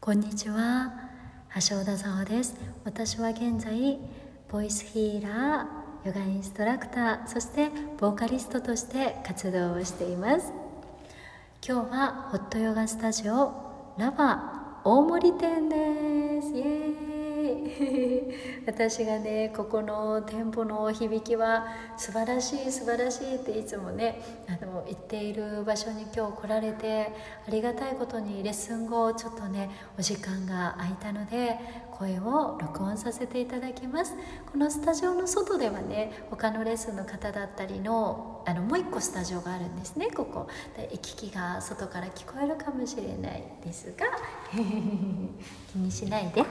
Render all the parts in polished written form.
こんにちは、橋尾田沙穂です。私は現在ボイスヒーラー、ヨガインストラクター、そしてボーカリストとして活動をしています。今日はホットヨガスタジオラバ大森店です。イエーイ私がね、ここの店舗の響きは素晴らしい素晴らしいっていつもね言っている場所に今日来られて、ありがたいことにレッスン後ちょっとねお時間が空いたので声を録音させていただきます。このスタジオの外ではね、他のレッスンの方だったりのもう一個スタジオがあるんですね。ここで行き来が外から聞こえるかもしれないですが気にしないで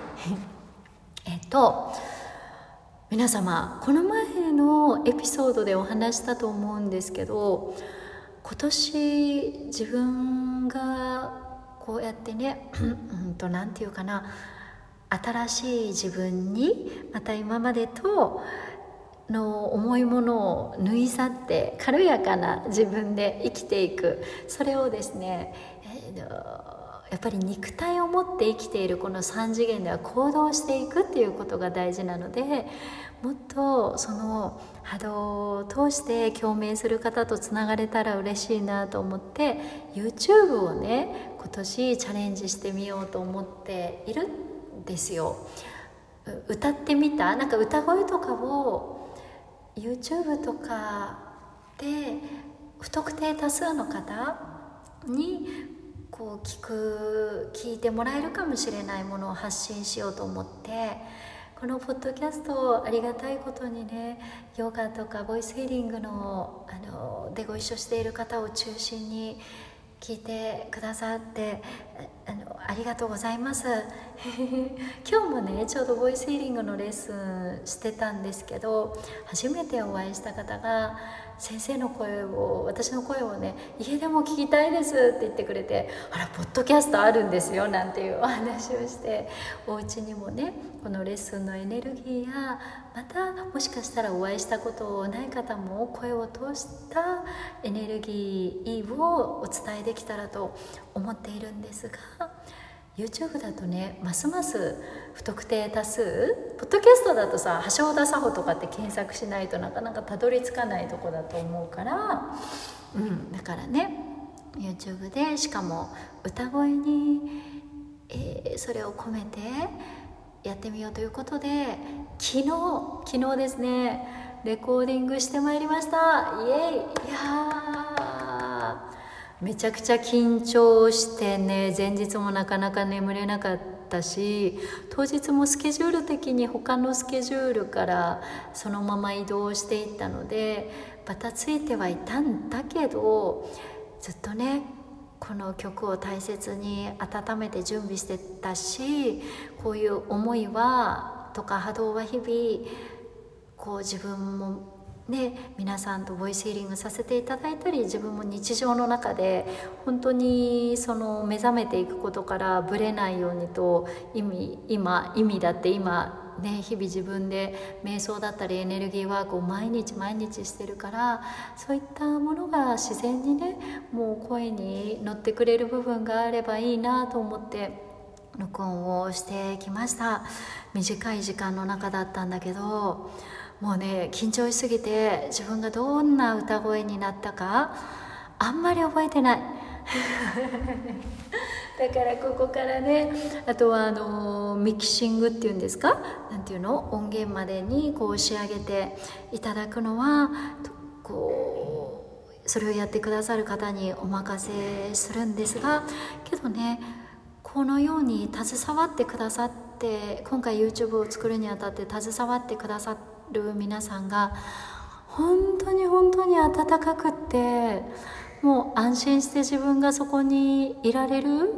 皆様、この前のエピソードでお話したと思うんですけど、今年自分がこうやってねなんていうかな、新しい自分にまた今までとの重いものを縫い去って軽やかな自分で生きていく、それをですね、やっぱり肉体を持って生きているこの3次元では行動していくっていうことが大事なので、もっとその波動を通して共鳴する方とつながれたら嬉しいなと思って YouTube をね、今年チャレンジしてみようと思っているんですよ。歌ってみた、なんか歌声とかを YouTube とかで不特定多数の方にこう聞いてもらえるかもしれないものを発信しようと思って、このポッドキャストをありがたいことにね、ヨガとかボイスヒーリングのでご一緒している方を中心に聞いてくださってありがとうございます今日もね、ちょうどボイスヒーリングのレッスンしてたんですけど、初めてお会いした方が先生の声を、私の声をね、家でも聞きたいですって言ってくれて、あらポッドキャストあるんですよなんていうお話をして、お家にもねこのレッスンのエネルギーや、またもしかしたらお会いしたことない方も声を通したエネルギーをお伝えできたらと思っているんですが、 YouTube だとね、ますます不特定多数、ポッドキャストだとさ、橋尾田沙穂とかって検索しないとなかなかたどり着かないとこだと思うから、だからね YouTube で、しかも歌声に、それを込めてやってみようということで、昨日ですね、レコーディングしてまいりました。イエイ。いやめちゃくちゃ緊張してね、前日もなかなか眠れなかったし、当日もスケジュール的に他のスケジュールからそのまま移動していったのでバタついてはいたんだけど、ずっとねこの曲を大切に温めて準備してたし、こういう思いはとか波動は日々こう自分もね、皆さんとボイスヒーリングさせていただいたり、自分も日常の中で本当にその目覚めていくことからぶれないようにと、意味だって今ね、日々自分で瞑想だったりエネルギーワークを毎日してるから、そういったものが自然にね、もう声に乗ってくれる部分があればいいなと思って録音をしてきました。短い時間の中だったんだけど、もうね緊張しすぎて自分がどんな歌声になったかあんまり覚えてないだからここからね、あとはミキシングっていうんですか、なんていうの、音源までにこう仕上げていただくのはこうそれをやってくださる方にお任せするんですが、けどねこのように携わってくださって、今回 YouTube を作るにあたって携わってくださる皆さんが本当に温かくって、もう安心して自分がそこにいられる、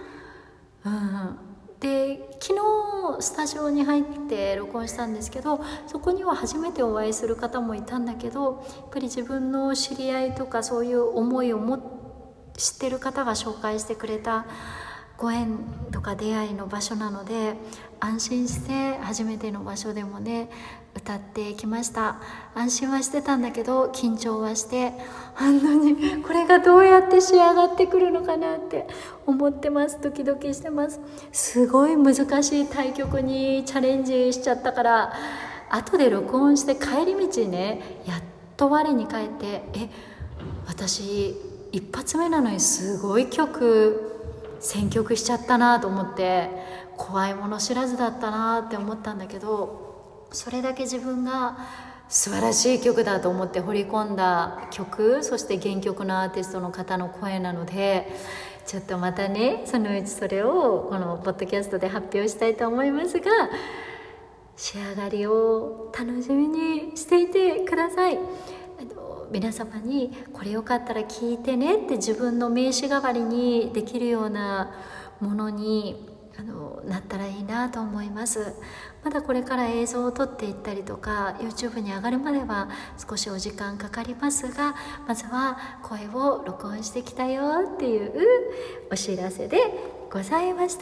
で昨日スタジオに入って録音したんですけど、そこには初めてお会いする方もいたんだけど、やっぱり自分の知り合いとかそういう思いを知ってる方が紹介してくれたご縁とか出会いの場所なので、安心して初めての場所でもね歌ってきました。安心はしてたんだけど緊張はして、本当にこれがどうやって仕上がってくるのかなって思ってます。ドキドキしてます。すごい難しい対局にチャレンジしちゃったから、後で録音して帰り道にねやっと我に返って、私一発目なのにすごい曲選曲しちゃったなと思って、怖いもの知らずだったなって思ったんだけど、それだけ自分が素晴らしい曲だと思って掘り込んだ曲、そして原曲のアーティストの方の声なので、ちょっとまたねそのうちそれをこのポッドキャストで発表したいと思いますが、仕上がりを楽しみにしていてください。皆様にこれよかったら聞いてねって自分の名刺代わりにできるようなものになったらいいなと思います。まだこれから映像を撮っていったりとか YouTube に上がるまでは少しお時間かかりますが、まずは声を録音してきたよっていうお知らせでございました。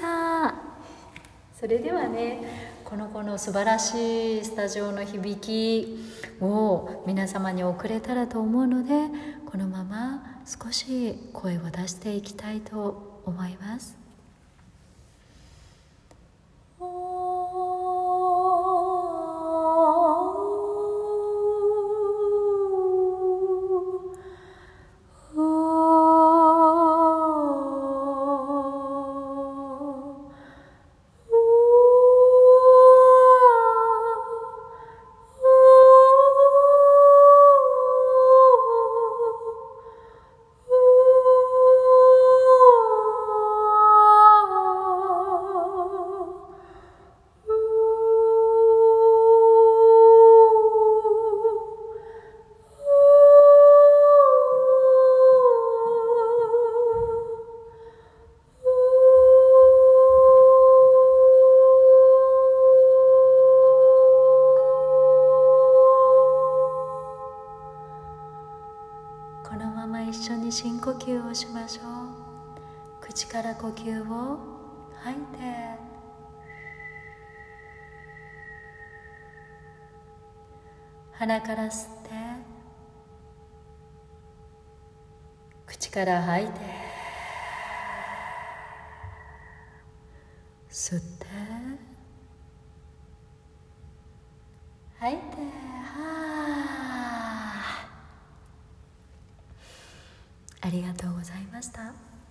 それではね、この素晴らしいスタジオの響きを皆様に送れたらと思うので、このまま少し声を出していきたいと思います。このまま一緒に深呼吸をしましょう。口から呼吸を吐いて、鼻から吸って、口から吐いて、吸って、吐いて、ありがとうございました。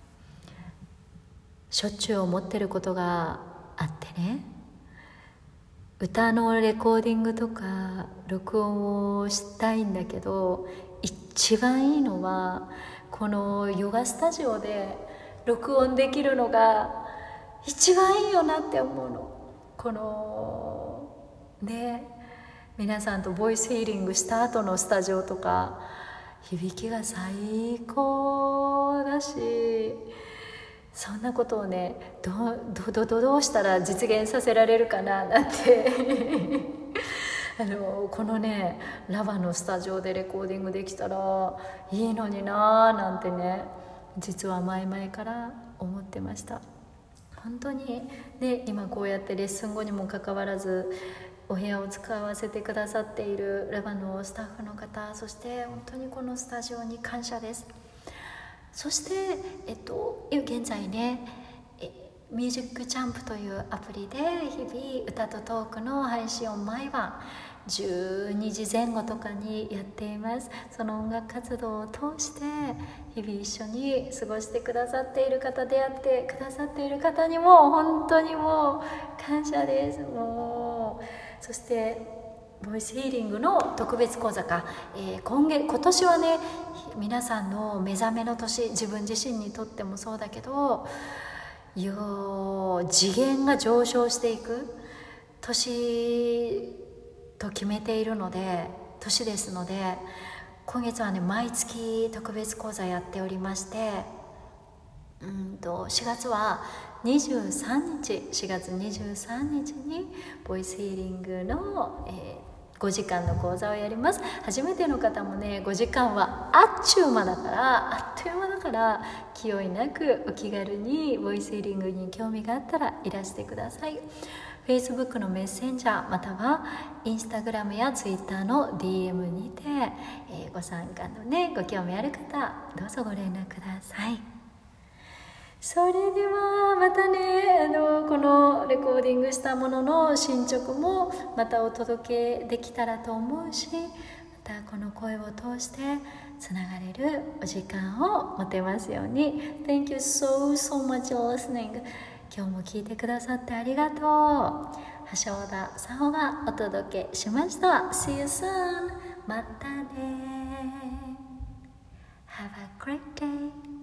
しょっちゅう思ってることがあってね、歌のレコーディングとか録音をしたいんだけど、一番いいのはこのヨガスタジオで録音できるのが一番いいよなって思うの。このね、皆さんとボイスヒーリングした後のスタジオとか響きが最高だし、そんなことをねどうしたら実現させられるかななんてこのねラバのスタジオでレコーディングできたらいいのになーなんてね、実は前々から思ってました。本当にね、今こうやってレッスン後にもかかわらずお部屋を使わせてくださっているラバのスタッフの方、そして本当にこのスタジオに感謝です。そして、現在ねミュージックチャンプというアプリで日々歌とトークの配信を毎晩12時前後とかにやっています。その音楽活動を通して日々一緒に過ごしてくださっている方、出会ってくださっている方にも本当にもう感謝です。もうそしてボイスヒーリングの特別講座が、今年はね皆さんの目覚めの年、自分自身にとってもそうだけど次元が上昇していく年と決めているので、年ですので、今月はね毎月特別講座やっておりまして、4月は4月23日にボイスヒーリングの、 5時間の講座をやります。初めての方もね、5時間はあっという間だから気負いなくお気軽にボイスヒーリングに興味があったらいらしてください。 Facebook のメッセンジャーまたは Instagram や Twitter の DM にて、ご参加のねご興味ある方どうぞご連絡ください。それではまたね、このレコーディングしたものの進捗もまたお届けできたらと思うし、またこの声を通してつながれるお時間を持てますように。 Thank you so much for listening。 今日も聞いてくださってありがとう。橋田沙穂がお届けしました。 See you soon。 またね。 Have a great day。